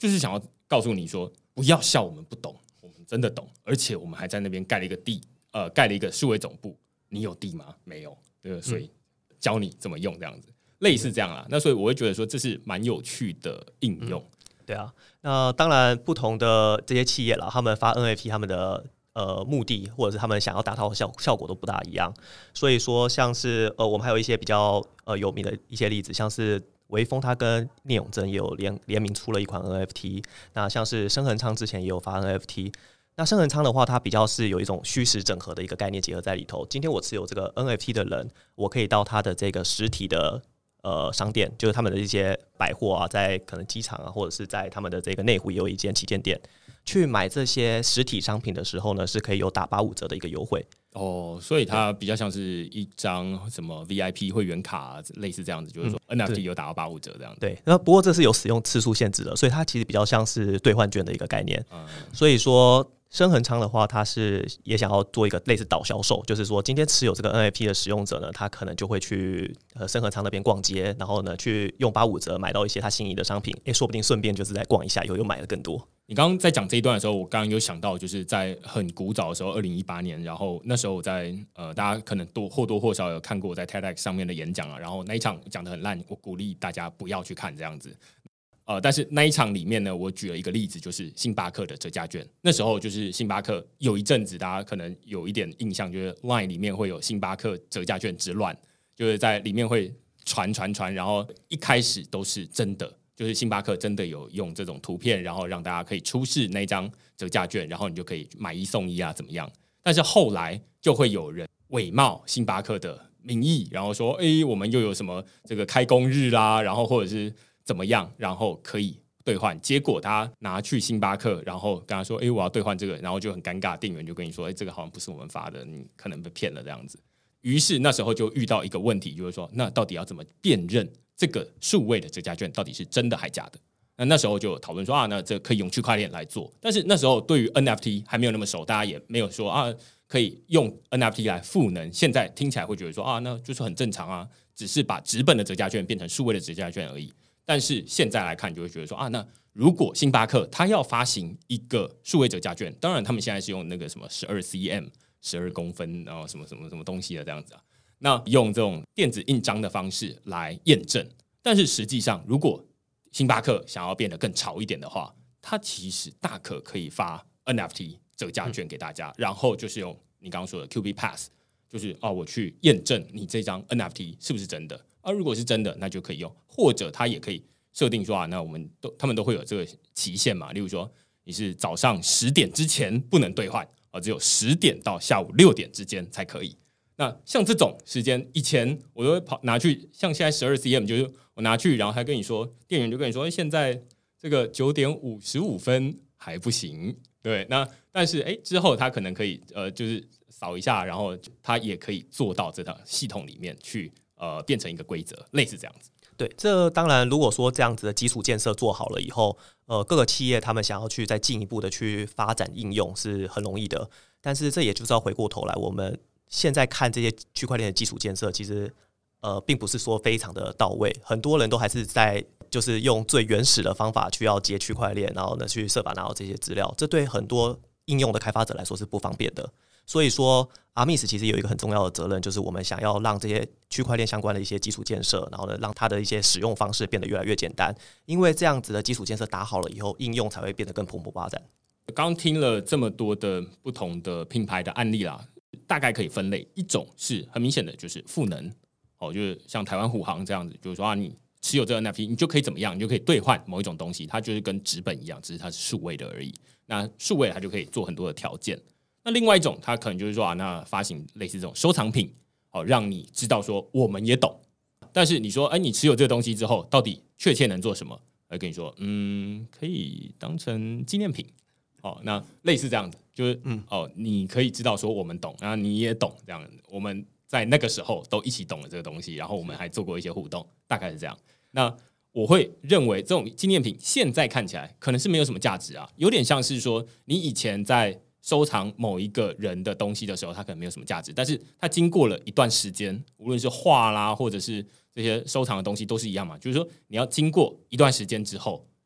就是想要告诉你说，不要笑我们不懂，我们真的懂，而且我们还在那边盖了一个地，呃，盖了一个数位总部。你有地吗？没有，对，所以教你怎么用这样子，类似这样啦。那所以我会觉得说，这是蛮有趣的应用。嗯、 对啊，那当然不同的这些企业啦，他们发 N F T 他们的呃目的或者是他们想要达到的效效果都不大一样。所以说，像是呃我们还有一些比较呃有名的一些例子，像是微风他跟聂永真也有联联名出了一款 N F T。那像是申恒昌之前也有发 N F T。那申恒昌的话，它比较是有一种虚实整合的一个概念结合在里头。今天我持有这个 N F T 的人，我可以到他的这个实体的呃商店，就是他们的一些百货啊，在可能机场啊，或者是在他们的这个内湖也有一间旗舰店，去买这些实体商品的时候呢，是可以有打八五折的一个优惠。 哦，所以它比较像是一张什么 V I P 会员卡，类似这样子，就是说 N F T 有打到八五折这样子。 对，那不过这是有使用次数限制的，所以它其实比较像是兑换券的一个概念。嗯、所以说。申恒昌的话，他是也想要做一个类似导销售，就是说今天持有这个 N F T 的使用者呢，他可能就会去呃申恒昌那边逛街，然后呢去用八五折买到一些他心仪的商品，诶，说不定顺便就是再逛一下，以后又买了更多。 你刚刚在讲这一段的时候，我刚刚有想到，就是在很古早的时候，二零一八年，然后那时候我在呃，大家可能多或多或少有看过我在 TEDx 上面的演讲啊，然后那一场讲得很烂，我鼓励大家不要去看这样子。呃，但是那一场里面呢，我举了一个例子，就是星巴克的折价券。那时候就是星巴克有一阵子，大家可能有一点印象，就是 Line 里面会有星巴克折价券之乱，就是在里面会传传传，然后一开始都是真的，就是星巴克真的有用这种图片，然后让大家可以出示那张折价券，然后你就可以买一送一啊，怎么样？但是后来就会有人伪冒星巴克的名义，然后说，哎，我们又有什么这个开工日啦，然后或者是怎么样，然后可以兑换。结果他拿去星巴克，然后跟他说：“哎，我要兑换这个。”然后就很尴尬，店员就跟你说：“哎，这个好像不是我们发的，你可能被骗了这样子。”于是那时候就遇到一个问题，就是说，那到底要怎么辨认这个数位的折价券到底是真的还假的？那那时候就讨论说啊，那这可以用区块链来做。但是那时候对于 N F T 还没有那么熟，大家也没有说啊可以用 N F T 来赋能。现在听起来会觉得说啊，那就是很正常啊，只是把纸本的折价券变成数位的折价券而已。但是现在来看，就会觉得说啊，那如果星巴克它要发行一个数位折价券，当然他们现在是用那个什么十二 cm 十二公分，然后什么什么什么东西的这样子啊，那用这种电子印章的方式来验证。但是实际上，如果星巴克想要变得更潮一点的话，它其实大可可以发 N F T 折价券给大家，嗯、然后就是用你刚刚说的 Q B Pass， 就是哦，我去验证你这张 N F T 是不是真的。啊，如果是真的，那就可以用，或者它也可以设定说啊，那我们都他们都会有这个期限嘛，例如说你是早上十点之前不能兑换啊，只有十点到下午六点之间才可以。那像这种时间，以前我都会跑拿去，像现在十二 cm， 就是我拿去，然后还跟你说，店员就跟你说，现在这个九点五十五分还不行，对，那但是哎之后他可能可以呃，就是扫一下，然后他也可以做到这套系统里面去。呃，变成一个规则，类似这样子。 对，这当然，如果说这样子的基础建设做好了以后，呃，各个企业他们想要去再进一步的去发展应用是很容易的。但是这也就是要回过头来，我们现在看这些区块链的基础建设，其实呃，并不是说非常的到位，很多人都还是在就是用最原始的方法去要接区块链，然后呢去设法拿到这些资料，这对很多应用的开发者来说是不方便的。所以说 A M I S 其实有一个很重要的责任，就是我们想要让这些区块链相关的一些基础建设，然后呢让它的一些使用方式变得越来越简单，因为这样子的基础建设打好了以后，应用才会变得更蓬勃发展。 刚听了这么多的不同的品牌的案例啦，大概可以分类，一种是很明显的就是赋能，哦，就是像台湾虎航这样子，就是说啊，你持有这个 N F T， 你就可以怎么样，你就可以兑换某一种东西，它就是跟纸本一样，只是它是数位的而已。那数位它就可以做很多的条件。那另外一种，它可能就是说啊，那发行类似这种收藏品，哦，让你知道说我们也懂。但是你说，哎，你持有这个东西之后，到底确切能做什么？我跟你说，嗯，可以当成纪念品。哦，那类似这样子，就是嗯，哦，你可以知道说我们懂，然后你也懂，这样我们在那个时候都一起懂了这个东西，然后我们还做过一些互动，大概是这样。那我会认为这种纪念品现在看起来可能是没有什么价值啊，有点像是说你以前在收藏某一个人的东西的时候，它可能没有什么价值，但是它经过了一段时间，无论是画啦，或者是这些收藏的东西都是一样嘛，就是说你要经过一段时间之后，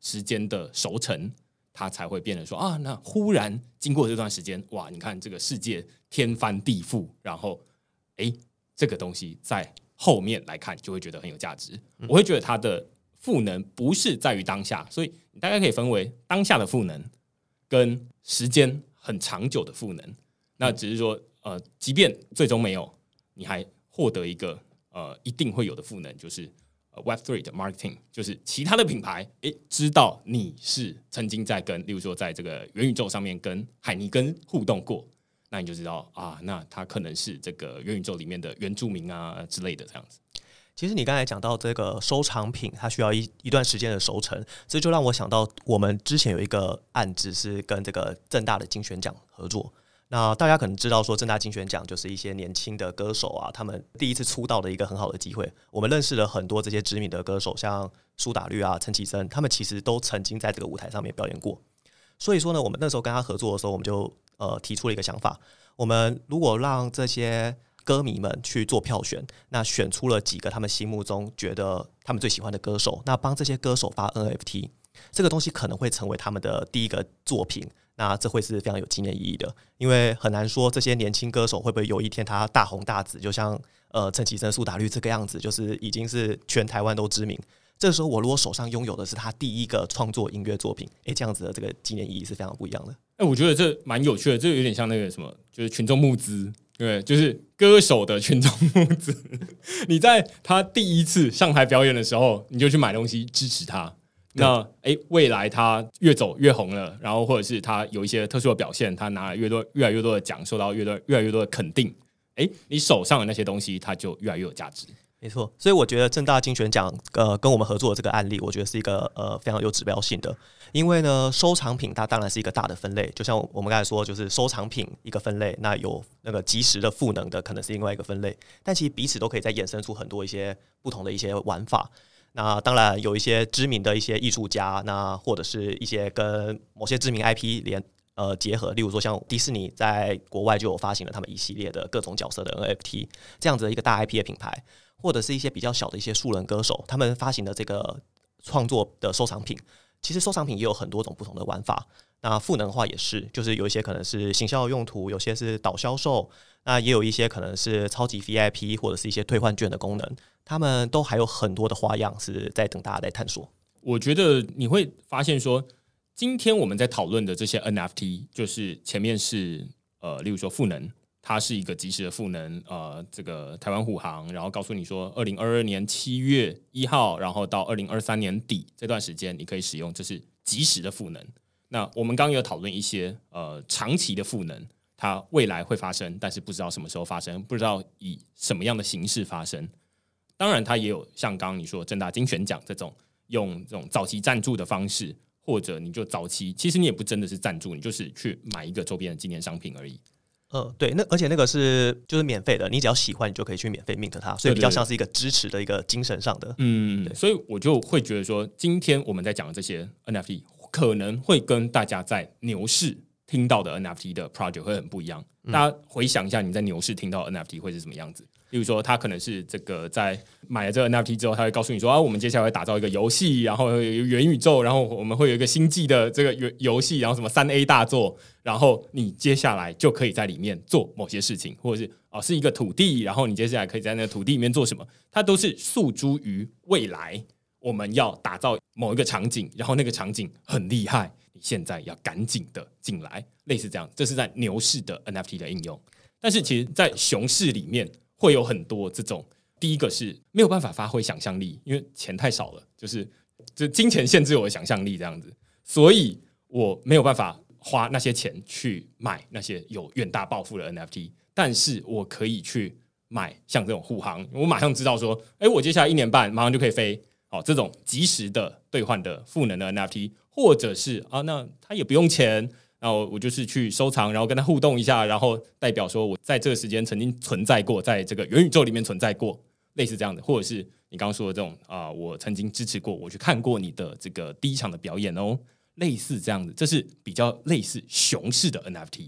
时间的熟成，它才会变得说啊，那忽然经过这段时间，哇，你看这个世界天翻地覆，然后哎，这个东西在后面来看就会觉得很有价值。嗯、我会觉得它的赋能不是在于当下，所以你大概可以分为当下的赋能跟时间很长久的赋能。那只是说，呃，即便最终没有，你还获得一个呃一定会有的赋能，就是 Web 三 的 marketing， 就是其他的品牌诶知道你是曾经在跟，例如说在这个元宇宙上面跟海尼根互动过，那你就知道啊，那他可能是这个元宇宙里面的原住民啊之类的这样子。 其实你刚才讲到这个收藏品，它需要一一段时间的熟成，这就让我想到我们之前有一个案子是跟这个政大的金选奖合作。那大家可能知道说政大金选奖就是一些年轻的歌手啊，他们第一次出道的一个很好的机会。我们认识了很多这些知名的歌手，像苏打绿啊、陈绮贞，他们其实都曾经在这个舞台上面表演过。所以说呢，我们那时候跟他合作的时候，我们就呃提出了一个想法：我们如果让这些歌迷们去做票选，那选出了几个他们心目中觉得他们最喜欢的歌手，那帮这些歌手发 N F T， 这个东西可能会成为他们的第一个作品。那这会是非常有纪念意义的，因为很难说这些年轻歌手会不会有一天他大红大紫，就像呃陈绮贞、苏打绿这个样子，就是已经是全台湾都知名。这时候我如果手上拥有的是他第一个创作音乐作品，哎，这样子的这个纪念意义是非常不一样的。 哎，我觉得这蛮有趣的，这有点像那个什么，就是群众募资，对，就是歌手的群众募资。你在他第一次上台表演的时候，你就去买东西支持他。那哎，未来他越走越红了，然后或者是他有一些特殊的表现，他拿了越多越来越多的奖，受到越多越来越多的肯定，哎，你手上的那些东西，它就越来越有价值。 没错，所以我觉得政大金选奖呃跟我们合作的这个案例，我觉得是一个呃非常有指标性的，因为呢收藏品它当然是一个大的分类，就像我们刚才说，就是收藏品一个分类，那有那个即时的赋能的可能是另外一个分类，但其实彼此都可以再衍生出很多一些不同的一些玩法。那当然有一些知名的一些艺术家，那或者是一些跟某些知名 I P 连呃结合，例如说像迪士尼在国外就有发行了他们一系列的各种角色的 N F T， 这样子的一个大 I P 的品牌，或者是一些比较小的一些素人歌手，他们发行的这个创作的收藏品，其实收藏品也有很多种不同的玩法。那赋能的话也是，就是有一些可能是行销用途，有些是导销售，那也有一些可能是超级 V I P 或者是一些兑换券的功能，他们都还有很多的花样是在等大家来探索。 我觉得你会发现说，今天我们在讨论的这些 N F T， 就是前面是呃，例如说赋能，它是一个即时的赋能，呃，这个台湾虎航，然后告诉你说，二零二二年七月一号，然后到二零二三年底这段时间，你可以使用，这是即时的赋能。那我们刚刚有讨论一些呃长期的赋能，它未来会发生，但是不知道什么时候发生，不知道以什么样的形式发生。当然，它也有像刚刚你说政大金选奖这种用这种早期赞助的方式，或者你就早期，其实你也不真的是赞助，你就是去买一个周边的纪念商品而已。 呃，对，那而且那个是就是免费的，你只要喜欢，你就可以去免费 mint 它，所以比较像是一个支持的一个精神上的。 嗯，所以我就会觉得说，今天我们在讲的这些 N F T 可能会跟大家在牛市听到的 N F T 的 project 会很不一样。嗯、大家回想一下，你在牛市听到的 N F T 会是什么样子？例如说，他可能是这个在买了这个 N F T 之后，他会告诉你说啊，我们接下来会打造一个游戏，然后有元宇宙，然后我们会有一个星际的这个游戏，然后什么三 A 大作，然后你接下来就可以在里面做某些事情，或者是哦是一个土地，然后你接下来可以在那个土地里面做什么，它都是诉诸于未来我们要打造某一个场景，然后那个场景很厉害，你现在要赶紧的进来，类似这样，这是在牛市的 N F T 的应用。但是其实在熊市里面会有很多这种，第一个是没有办法发挥想象力，因为钱太少了，就是就金钱限制我的想象力这样子，所以我没有办法花那些钱去买那些有远大抱负的 N F T， 但是我可以去买像这种护航，我马上知道说，哎，我接下来一年半马上就可以飞，好，这种即时的兑换的赋能的 N F T， 或者是啊，那它也不用钱。然后我就是去收藏，然后跟他互动一下，然后代表说我在这个时间曾经存在过，在这个元宇宙里面存在过，类似这样的，或者是你刚刚说的这种啊、呃，我曾经支持过，我去看过你的这个第一场的表演哦，类似这样的，这是比较类似熊市的 N F T。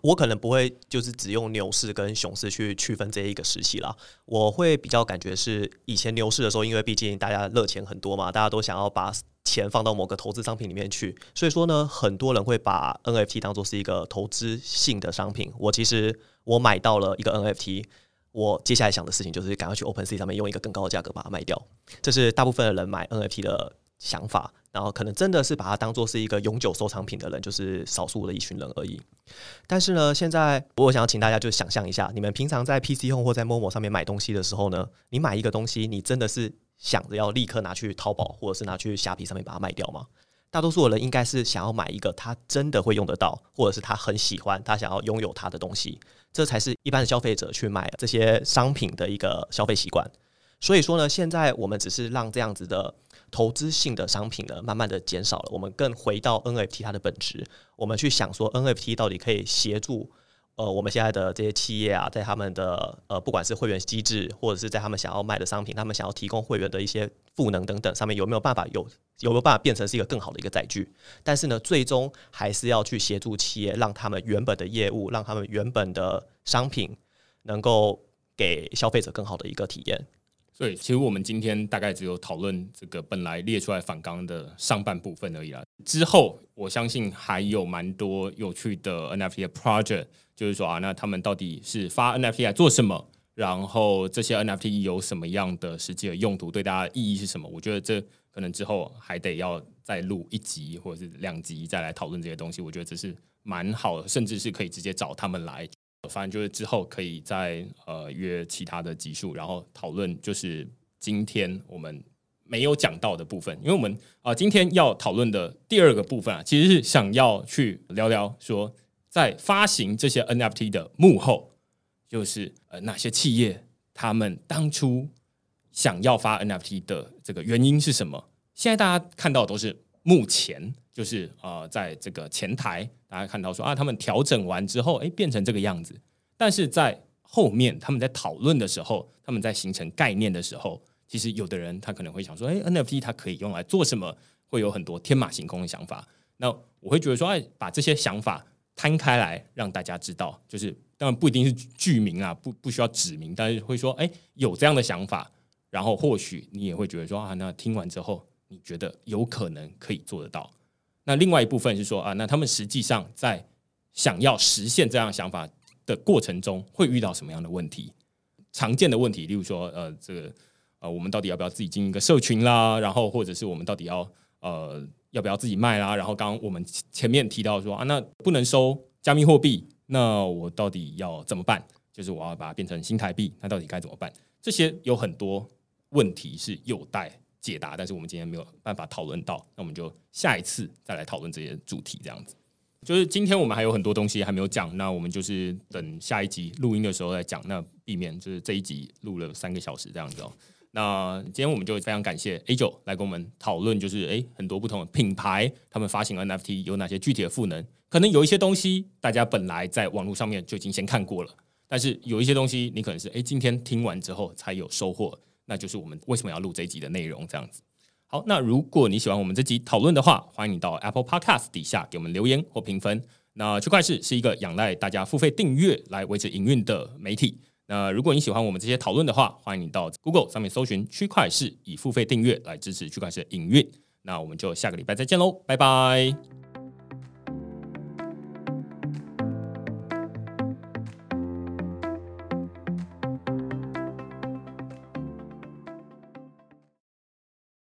我可能不会就是只用牛市跟熊市去区分这一个时期啦，我会比较感觉是以前牛市的时候，因为毕竟大家热钱很多嘛，大家都想要把钱放到某个投资商品里面去，所以说呢，很多人会把 N F T 当作是一个投资性的商品。我其实我买到了一个 N F T， 我接下来想的事情就是赶快去 OpenSea 上面用一个更高的价格把它卖掉，这是大部分的人买 N F T 的想法。然后可能真的是把它当作是一个永久收藏品的人，就是少数的一群人而已。但是呢，现在我想要请大家就想象一下，你们平常在 P C Home 或在 Momo 上面买东西的时候呢，你买一个东西，你真的是想着要立刻拿去淘宝或者是拿去虾皮上面把它卖掉吗？大多数的人应该是想要买一个他真的会用得到，或者是他很喜欢，他想要拥有他的东西，这才是一般的消费者去买这些商品的一个消费习惯。所以说呢，现在我们只是让这样子的投资性的商品呢，慢慢的减少了，我们更回到 N F T 它的本质，我们去想说 N F T 到底可以协助呃我们现在的这些企业啊，在他们的呃不管是会员机制，或者是在他们想要卖的商品，他们想要提供会员的一些赋能等等上面，有没有办法有有没有办法变成是一个更好的一个载具？但是呢，最终还是要去协助企业，让他们原本的业务，让他们原本的商品能够给消费者更好的一个体验。 所以，其实我们今天大概只有讨论这个本来列出来访纲的上半部分而已啦。之后，我相信还有蛮多有趣的 N F T 的 project， 就是说啊，那他们到底是发 N F T 来做什么？然后这些 N F T 有什么样的实际的用途？对大家的意义是什么？我觉得这可能之后还得要再录一集或者是两集再来讨论这些东西。我觉得这是蛮好的，甚至是可以直接找他们来。反正就是之后可以再呃约其他的集数，然后讨论就是今天我们没有讲到的部分，因为我们啊、呃、今天要讨论的第二个部分啊，其实是想要去聊聊说，在发行这些 N F T 的幕后，就是呃哪些企业他们当初想要发 N F T 的这个原因是什么？现在大家看到的都是目前。就是呃，在这个前台，大家看到说啊，他们调整完之后，哎，变成这个样子。但是在后面，他们在讨论的时候，他们在形成概念的时候，其实有的人他可能会想说，哎 ，N F T 它可以用来做什么？会有很多天马行空的想法。那我会觉得说，哎，把这些想法摊开来，让大家知道，就是当然不一定是具名啊，不不需要指名，但是会说，哎，有这样的想法，然后或许你也会觉得说啊，那听完之后，你觉得有可能可以做得到。那另外一部分是说啊，那他们实际上在想要实现这样的想法的过程中，会遇到什么样的问题？常见的问题，例如说，呃，这个呃，我们到底要不要自己经营一个社群啦？然后或者是我们到底要呃要不要自己卖啦？然后刚刚我们前面提到说啊，那不能收加密货币，那我到底要怎么办？就是我要把它变成新台币，那到底该怎么办？这些有很多问题是有待解答，但是我们今天没有办法讨论到，那我们就下一次再来讨论这些主题。这样子，就是今天我们还有很多东西还没有讲，那我们就是等下一集录音的时候再讲，那避免就是这一集录了三个小时这样子哦。那今天我们就非常感谢 A 九来跟我们讨论，就是诶很多不同的品牌他们发行 N F T 有哪些具体的赋能，可能有一些东西大家本来在网络上面就已经先看过了，但是有一些东西你可能是诶今天听完之后才有收获。那就是我们为什么要录这一集的内容，这样子。好，那如果你喜欢我们这集讨论的话，欢迎你到 Apple Podcast 底下给我们留言或评分。那区块市是一个仰赖大家付费订阅来维持营运的媒体。那如果你喜欢我们这些讨论的话，欢迎你到 Google 上面搜寻区块市，以付费订阅来支持区块市的营运。那我们就下个礼拜再见喽，拜拜。